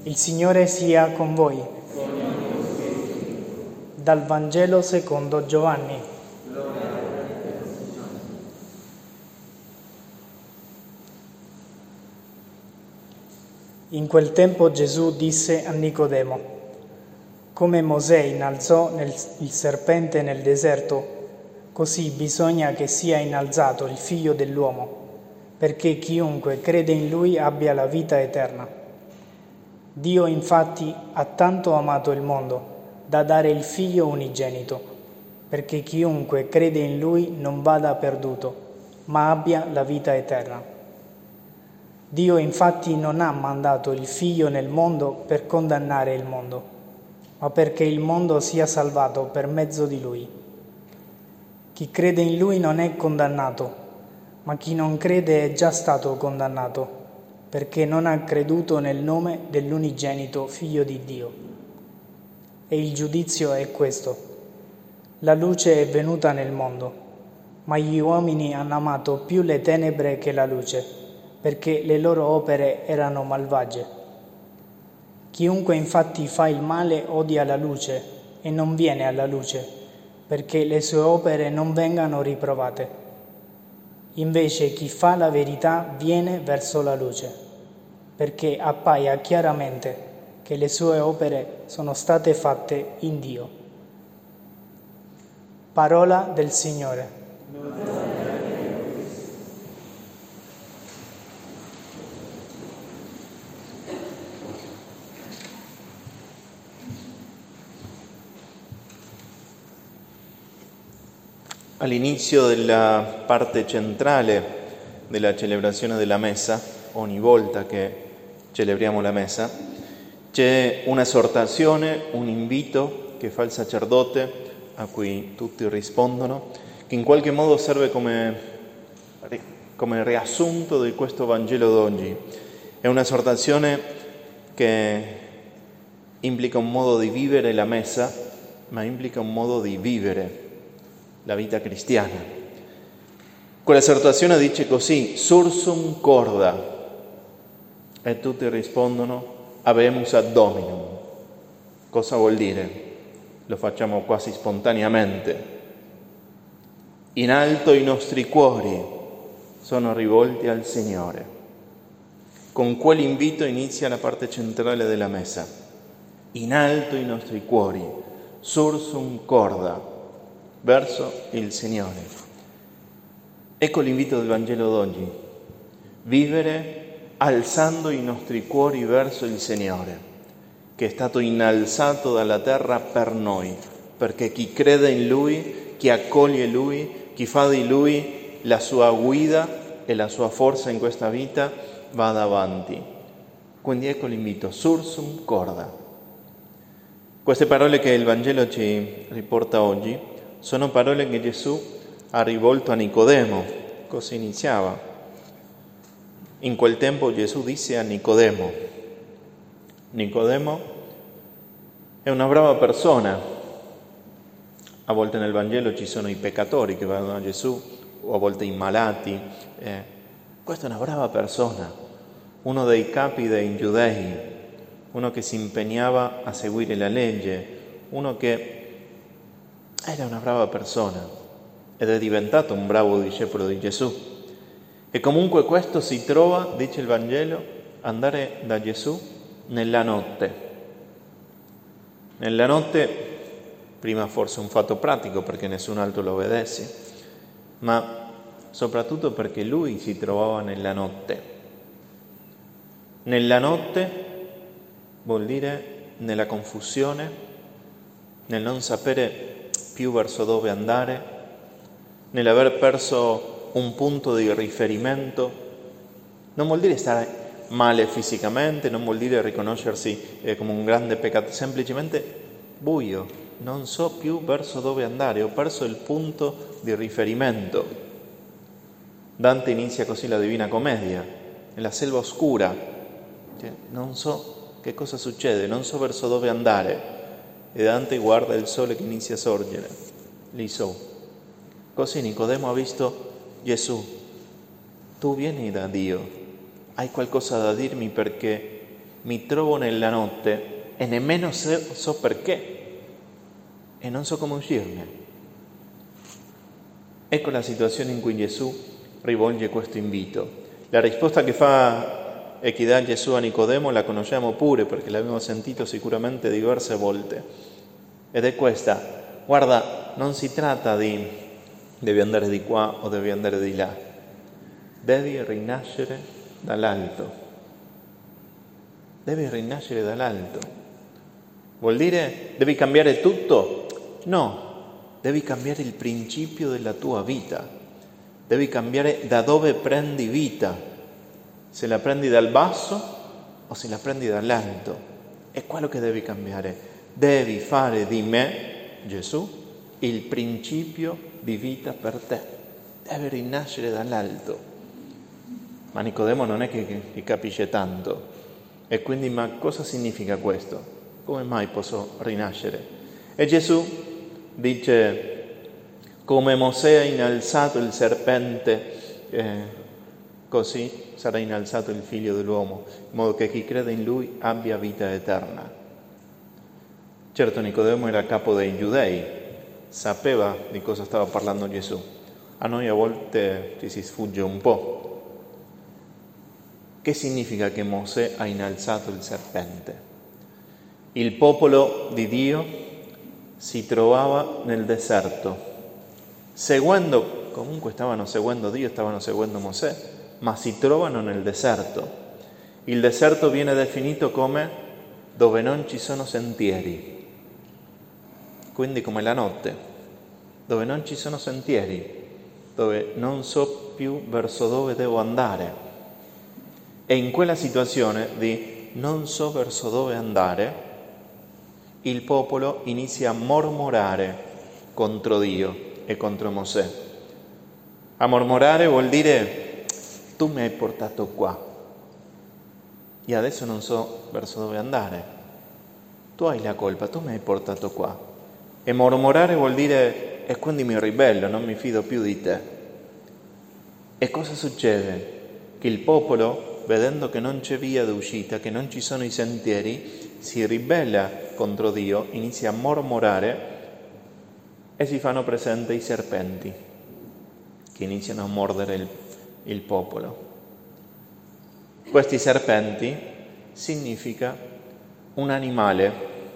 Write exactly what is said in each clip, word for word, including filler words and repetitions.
Il Signore sia con voi. Dal Vangelo secondo Giovanni. In quel tempo Gesù disse a Nicodemo: come Mosè innalzò nel, il serpente nel deserto, così bisogna che sia innalzato il Figlio dell'uomo, perché chiunque crede in Lui abbia la vita eterna. Dio infatti ha tanto amato il mondo da dare il Figlio unigenito, perché chiunque crede in Lui non vada perduto, ma abbia la vita eterna. Dio infatti non ha mandato il Figlio nel mondo per condannare il mondo, ma perché il mondo sia salvato per mezzo di Lui. Chi crede in Lui non è condannato, ma chi non crede è già stato condannato, perché non ha creduto nel nome dell'unigenito Figlio di Dio. E il giudizio è questo: la luce è venuta nel mondo, ma gli uomini hanno amato più le tenebre che la luce, perché le loro opere erano malvagie. Chiunque infatti fa il male odia la luce e non viene alla luce, perché le sue opere non vengano riprovate. Invece chi fa la verità viene verso la luce, perché appaia chiaramente che le sue opere sono state fatte in Dio. Parola del Signore. All'inizio della parte centrale della celebrazione della Messa, ogni volta che celebriamo la Messa, c'è un'esortazione, un invito che fa il sacerdote, a cui tutti rispondono, che in qualche modo serve come, come riassunto di questo Vangelo d'oggi. È un'esortazione che implica un modo di vivere la Messa, ma implica un modo di vivere la vita cristiana. Quell'esortazione dice così: sursum corda, e tutti rispondono: habemus ad Dominum. Cosa vuol dire? Lo facciamo quasi spontaneamente. In alto i nostri cuori sono rivolti al Signore. Con quell'invito inizia la parte centrale della Messa. In alto i nostri cuori, sursum corda, verso il Signore. Ecco l'invito del Vangelo d'oggi: vivere alzando i nostri cuori verso il Signore, che è stato innalzato dalla terra per noi, perché chi crede in Lui, chi accoglie Lui, chi fa di Lui la sua guida e la sua forza in questa vita, vada avanti. Quindi ecco l'invito: sursum corda. Queste parole che il Vangelo ci riporta oggi sono parole che Gesù ha rivolto a Nicodemo. Così iniziava. In quel tempo Gesù disse a Nicodemo. Nicodemo è una brava persona. A volte nel Vangelo ci sono i peccatori che vanno a Gesù, o a volte i malati. Eh, questa è una brava persona, uno dei capi dei giudei, uno che si impegnava a seguire la legge, uno che era una brava persona ed è diventato un bravo discepolo di Gesù. E comunque questo si trova, dice il Vangelo, andare da Gesù nella notte. Nella notte, prima forse un fatto pratico perché nessun altro lo vedesse, ma soprattutto perché lui si trovava nella notte. Nella notte vuol dire nella confusione, nel non sapere più verso dove andare, nell'aver perso un punto di riferimento. Non vuol dire stare male fisicamente, non vuol dire riconoscersi eh, come un grande peccato, semplicemente buio, non so più verso dove andare, ho perso il punto di riferimento. Dante inizia così la Divina Commedia, nella selva oscura, cioè, non so che cosa succede, non so verso dove andare. E Dante guarda il sole che inizia a sorgere, lì so. Così Nicodemo ha visto Gesù. Tu vieni da Dio, hai qualcosa da dirmi perché mi trovo nella notte e nemmeno so, so perché e non so come uscirne. Ecco la situazione in cui Gesù rivolge questo invito. La risposta che fa e che dà Gesù a Nicodemo la conosciamo pure perché l'abbiamo sentito sicuramente diverse volte. Ed è questa: guarda, non si tratta di devi andare di qua o devi andare di là, devi rinascere dall'alto. Devi rinascere dall'alto. Vuol dire devi cambiare tutto? No, devi cambiare il principio della tua vita. Devi cambiare da dove prendi vita. Se la prendi dal basso o se la prendi dall'alto. È quello che devi cambiare. Devi fare di me, Gesù, il principio di vita per te. Devi rinascere dall'alto. Ma Nicodemo non è che, che capisce tanto. E quindi, ma cosa significa questo? Come mai posso rinascere? E Gesù dice, come Mosè ha innalzato il serpente, eh, così sarà innalzato il figlio dell'uomo, in modo che chi crede in lui abbia vita eterna. Certo, Nicodemo era capo dei giudei, sapeva di cosa stava parlando Gesù. A noi a volte ci si sfugge un po'. Che significa che Mosè ha innalzato il serpente? Il popolo di Dio si trovava nel deserto, seguendo, comunque stavano seguendo Dio, stavano seguendo Mosè, ma si trovano nel deserto. Il deserto viene definito come dove non ci sono sentieri, quindi come la notte, dove non ci sono sentieri, dove non so più verso dove devo andare. E in quella situazione di non so verso dove andare, il popolo inizia a mormorare contro Dio e contro Mosè. A mormorare vuol dire: tu mi hai portato qua e adesso non so verso dove andare. Tu hai la colpa, tu mi hai portato qua. E mormorare vuol dire: e quindi mi ribello, non mi fido più di te. E cosa succede? Che il popolo, vedendo che non c'è via d'uscita, che non ci sono i sentieri, si ribella contro Dio, inizia a mormorare e si fanno presente i serpenti che iniziano a mordere il, il popolo. Questi serpenti significa un animale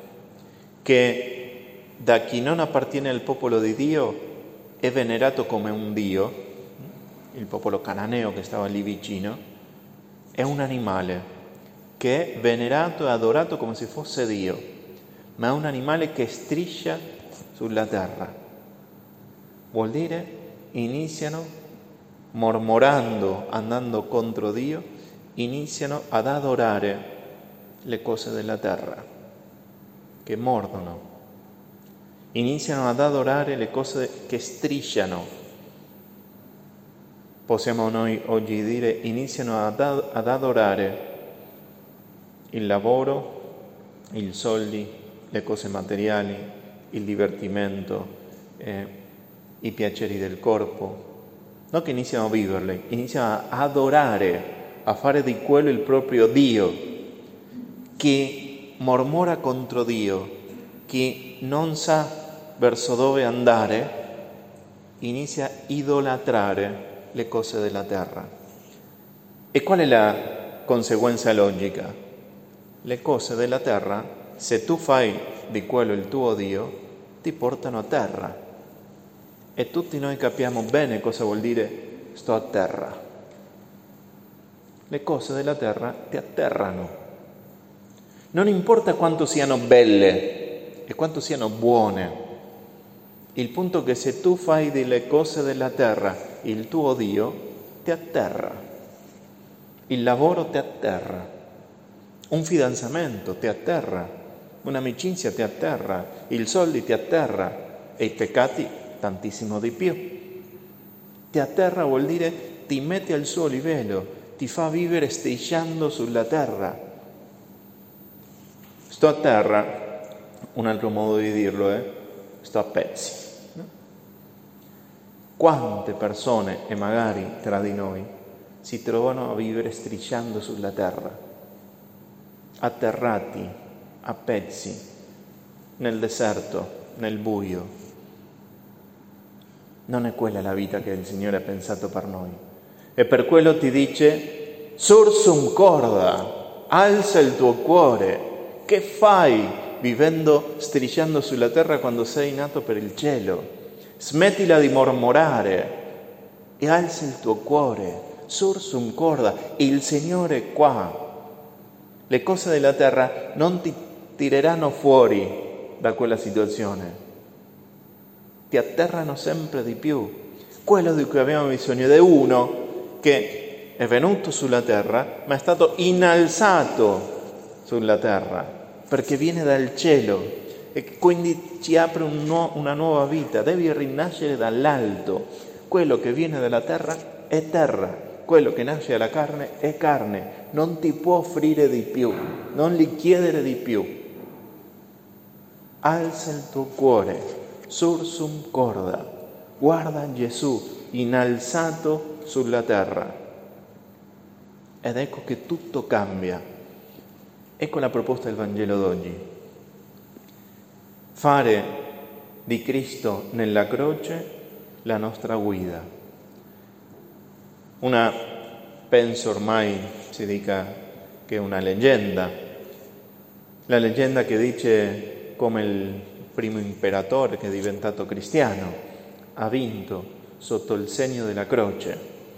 che da chi non appartiene al popolo di Dio è venerato come un dio, il popolo cananeo che stava lì vicino. È un animale che è venerato e adorato come se fosse Dio, ma è un animale che striscia sulla terra. Vuol dire iniziano mormorando, andando contro Dio, iniziano ad adorare le cose della terra, che mordono. Iniziano ad adorare le cose che strisciano. Possiamo noi oggi dire, iniziano ad, ad adorare il lavoro, i soldi, le cose materiali, il divertimento, eh, i piaceri del corpo. Non che iniziano a viverle, iniziano a adorare, a fare di quello il proprio Dio. Chi mormora contro Dio, chi non sa verso dove andare, inizia a idolatrare le cose della terra. E qual è la conseguenza logica? Le cose della terra, se tu fai di quello il tuo Dio, ti portano a terra. E tutti noi capiamo bene cosa vuol dire sto a terra. Le cose della terra ti atterrano. Non importa quanto siano belle e quanto siano buone. Il punto è che se tu fai delle cose della terra il tuo Dio, ti atterra. Il lavoro ti atterra. Un fidanzamento ti atterra. Un'amicizia ti atterra. I soldi ti atterra. E i peccati tantissimo di più. Ti atterra vuol dire ti mette al suo livello, ti fa vivere strisciando sulla terra. Sto a terra, un altro modo di dirlo è, sto a pezzi. Quante persone, e magari tra di noi, si trovano a vivere strisciando sulla terra, atterrati a pezzi nel deserto, nel buio. Non è quella la vita che il Signore ha pensato per noi. E per quello ti dice: sursum corda, alza il tuo cuore. Che fai vivendo, strisciando sulla terra quando sei nato per il cielo? Smettila di mormorare e alza il tuo cuore. Sursum corda, il Signore è qua. Le cose della terra non ti tireranno fuori da quella situazione, ti atterrano sempre di più. Quello di cui abbiamo bisogno è uno che è venuto sulla terra, ma è stato innalzato sulla terra, perché viene dal cielo e quindi ci apre un nu- una nuova vita. Devi rinascere dall'alto. Quello che viene dalla terra è terra, quello che nasce dalla carne è carne. Non ti può offrire di più, non gli chiedere di più. Alza il tuo cuore, sursum corda, guarda Gesù innalzato sulla terra. Ed ecco che tutto cambia. Ecco la proposta del Vangelo d'oggi. Fare di Cristo nella croce la nostra guida. Una, penso ormai si dica che è una leggenda, la leggenda che dice come il primo imperatore che è diventato cristiano ha vinto sotto il segno della croce.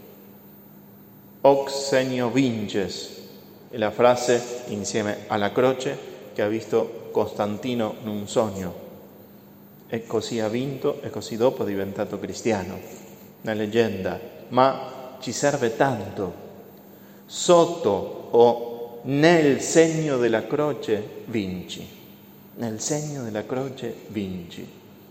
Hoc segno vinces, è la frase insieme alla croce che ha visto Costantino in un sogno. E così ha vinto e così dopo è diventato cristiano. Una leggenda, ma ci serve tanto. Sotto o nel segno della croce vinci. Nel segno della croce vinci.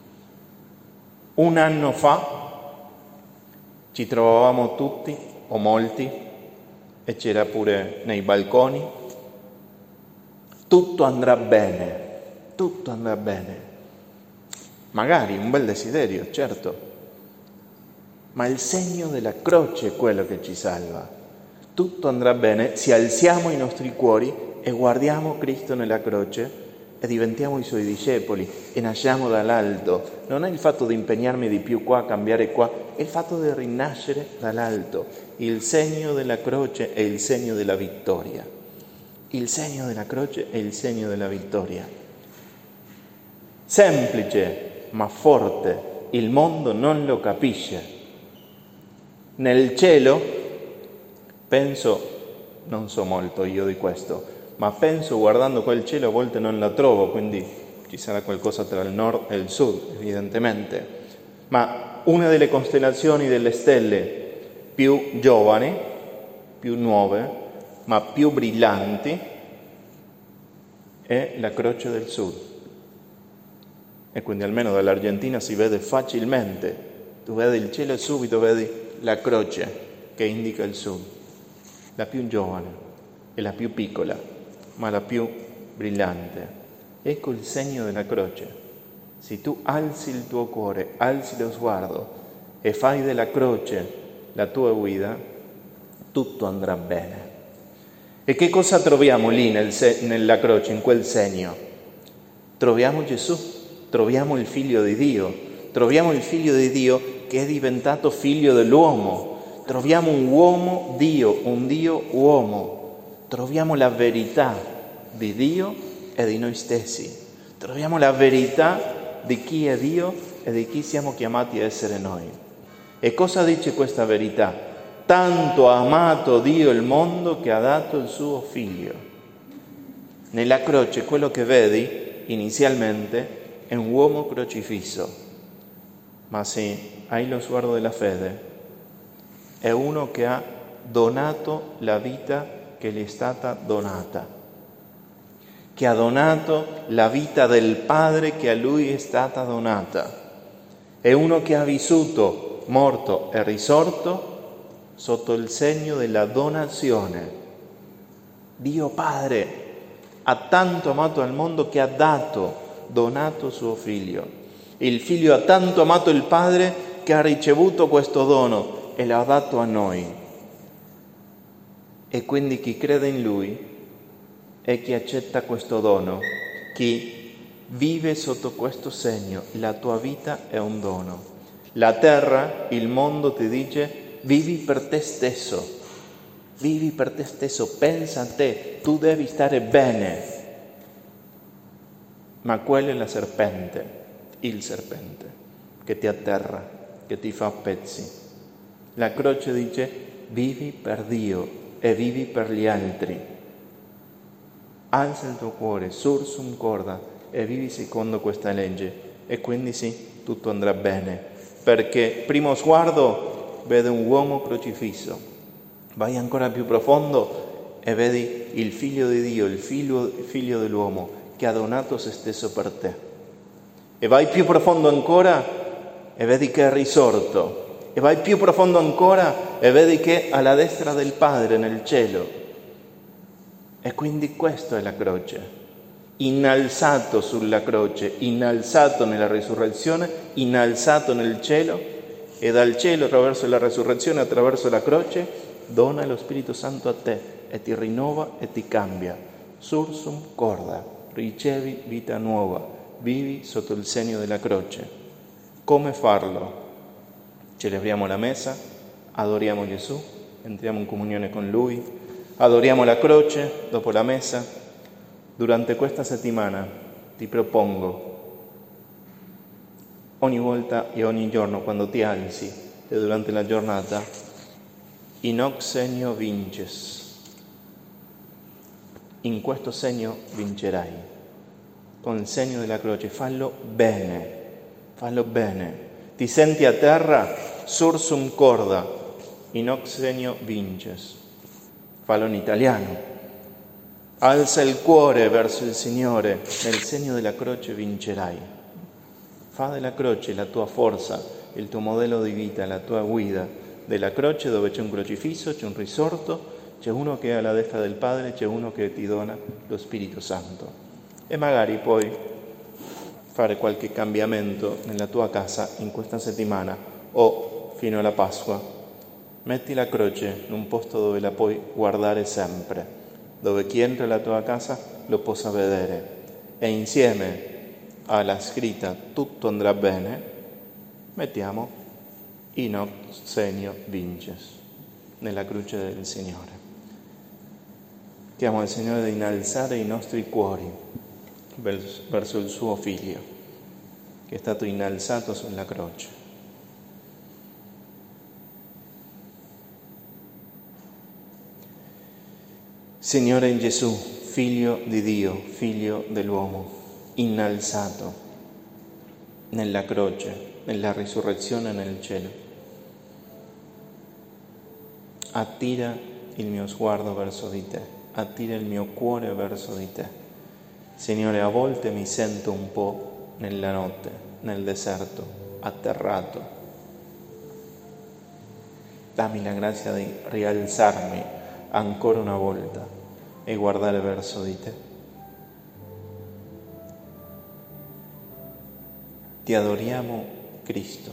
Un anno fa ci trovavamo tutti, o molti, e c'era pure nei balconi: tutto andrà bene, tutto andrà bene. Magari un bel desiderio, certo, ma il segno della croce è quello che ci salva. Tutto andrà bene se alziamo i nostri cuori e guardiamo Cristo nella croce e diventiamo i Suoi discepoli e nasciamo dall'alto. Non è il fatto di impegnarmi di più qua, cambiare qua, è il fatto di rinascere dall'alto. Il segno della croce è il segno della vittoria. Il segno della croce è il segno della vittoria. Semplice ma forte, il mondo non lo capisce. Nel cielo, penso, non so molto io di questo, ma penso, guardando quel cielo, a volte non la trovo, quindi ci sarà qualcosa tra il nord e il sud, evidentemente. Ma una delle costellazioni delle stelle più giovani, più nuove, ma più brillanti, è la Croce del Sud. E quindi almeno dall'Argentina si vede facilmente. Tu vedi il cielo e subito vedi la croce che indica il sud. La più giovane e la più piccola, ma la più brillante. Ecco il segno della croce. Se tu alzi il tuo cuore, alzi lo sguardo e fai della croce la tua guida, tutto andrà bene. E che cosa troviamo lì nel se- nella croce, in quel segno? Troviamo Gesù. Troviamo il Figlio di Dio, troviamo il Figlio di Dio che è diventato Figlio dell'uomo, troviamo un uomo Dio, un Dio uomo, troviamo la verità di Dio e di noi stessi, troviamo la verità di chi è Dio e di chi siamo chiamati a essere noi. E cosa dice questa verità? Tanto ha amato Dio il mondo che ha dato il suo Figlio. Nella croce quello che vedi inizialmente è un uomo crocifisso, ma se hai lo sguardo della fede, è uno che ha donato la vita che gli è stata donata, che ha donato la vita del Padre che a lui è stata donata. È uno che ha vissuto, morto e risorto sotto il segno della donazione. Dio Padre ha tanto amato al mondo che ha dato, donato suo Figlio. Il Figlio ha tanto amato il Padre che ha ricevuto questo dono e l'ha dato a noi. E quindi chi crede in Lui e chi accetta questo dono, chi vive sotto questo segno. La tua vita è un dono. La terra, il mondo ti dice: vivi per te stesso, vivi per te stesso, pensa a te, tu devi stare bene. Ma quella è la serpente, il serpente, che ti atterra, che ti fa a pezzi. La croce dice: vivi per Dio e vivi per gli altri. Alza il tuo cuore, sursum corda, e vivi secondo questa legge. E quindi sì, tutto andrà bene, perché primo sguardo vede un uomo crocifisso, vai ancora più profondo e vedi il figlio di Dio, il figlio, il figlio dell'uomo, che ha donato se stesso per te. E vai più profondo ancora e vedi che è risorto. E vai più profondo ancora e vedi che è alla destra del Padre nel cielo. E quindi questa è la croce. Innalzato sulla croce, innalzato nella risurrezione, innalzato nel cielo, e dal cielo attraverso la risurrezione, attraverso la croce, dona lo Spirito Santo a te e ti rinnova e ti cambia. Sursum corda, ricevi vita nuova, vivi sotto il segno della croce. Come farlo? Celebriamo la messa, adoriamo Gesù, entriamo in comunione con Lui, adoriamo la croce dopo la messa. Durante questa settimana ti propongo, ogni volta e ogni giorno quando ti alzi e durante la giornata, in hoc segno vinces. In questo segno vincerai. Con il segno della croce, fallo bene, fallo bene. Ti senti a terra, sursum corda, in hoc segno vinces. Fallo in italiano. Alza il cuore verso il Signore, nel segno della croce vincerai. Fa della croce la tua forza, il tuo modello di vita, la tua guida. Della croce, dove c'è un crocifisso, c'è un risorto, c'è uno che è alla destra del Padre, c'è uno che ti dona lo Spirito Santo. E magari puoi fare qualche cambiamento nella tua casa in questa settimana o fino alla Pasqua. Metti la croce in un posto dove la puoi guardare sempre, dove chi entra nella tua casa lo possa vedere, e insieme alla scritta tutto andrà bene, mettiamo in hoc segno vinces nella croce del Signore. Chiamo al Signore di innalzare i nostri cuori verso il suo Figlio, che è stato innalzato sulla croce. Signore Gesù, Figlio di Dio, Figlio dell'uomo, innalzato nella croce, nella risurrezione nel cielo, attira il mio sguardo verso di te, attira il mio cuore verso di te. Signore, a volte mi sento un po' nella notte, nel deserto, atterrato. Dammi la grazia di rialzarmi ancora una volta e guardare verso di te. Ti adoriamo, Cristo,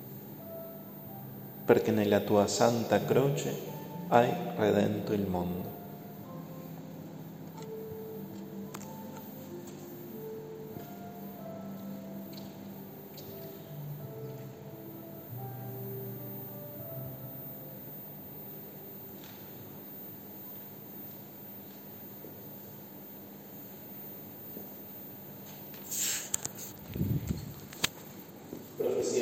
perché nella tua santa croce hai redento il mondo.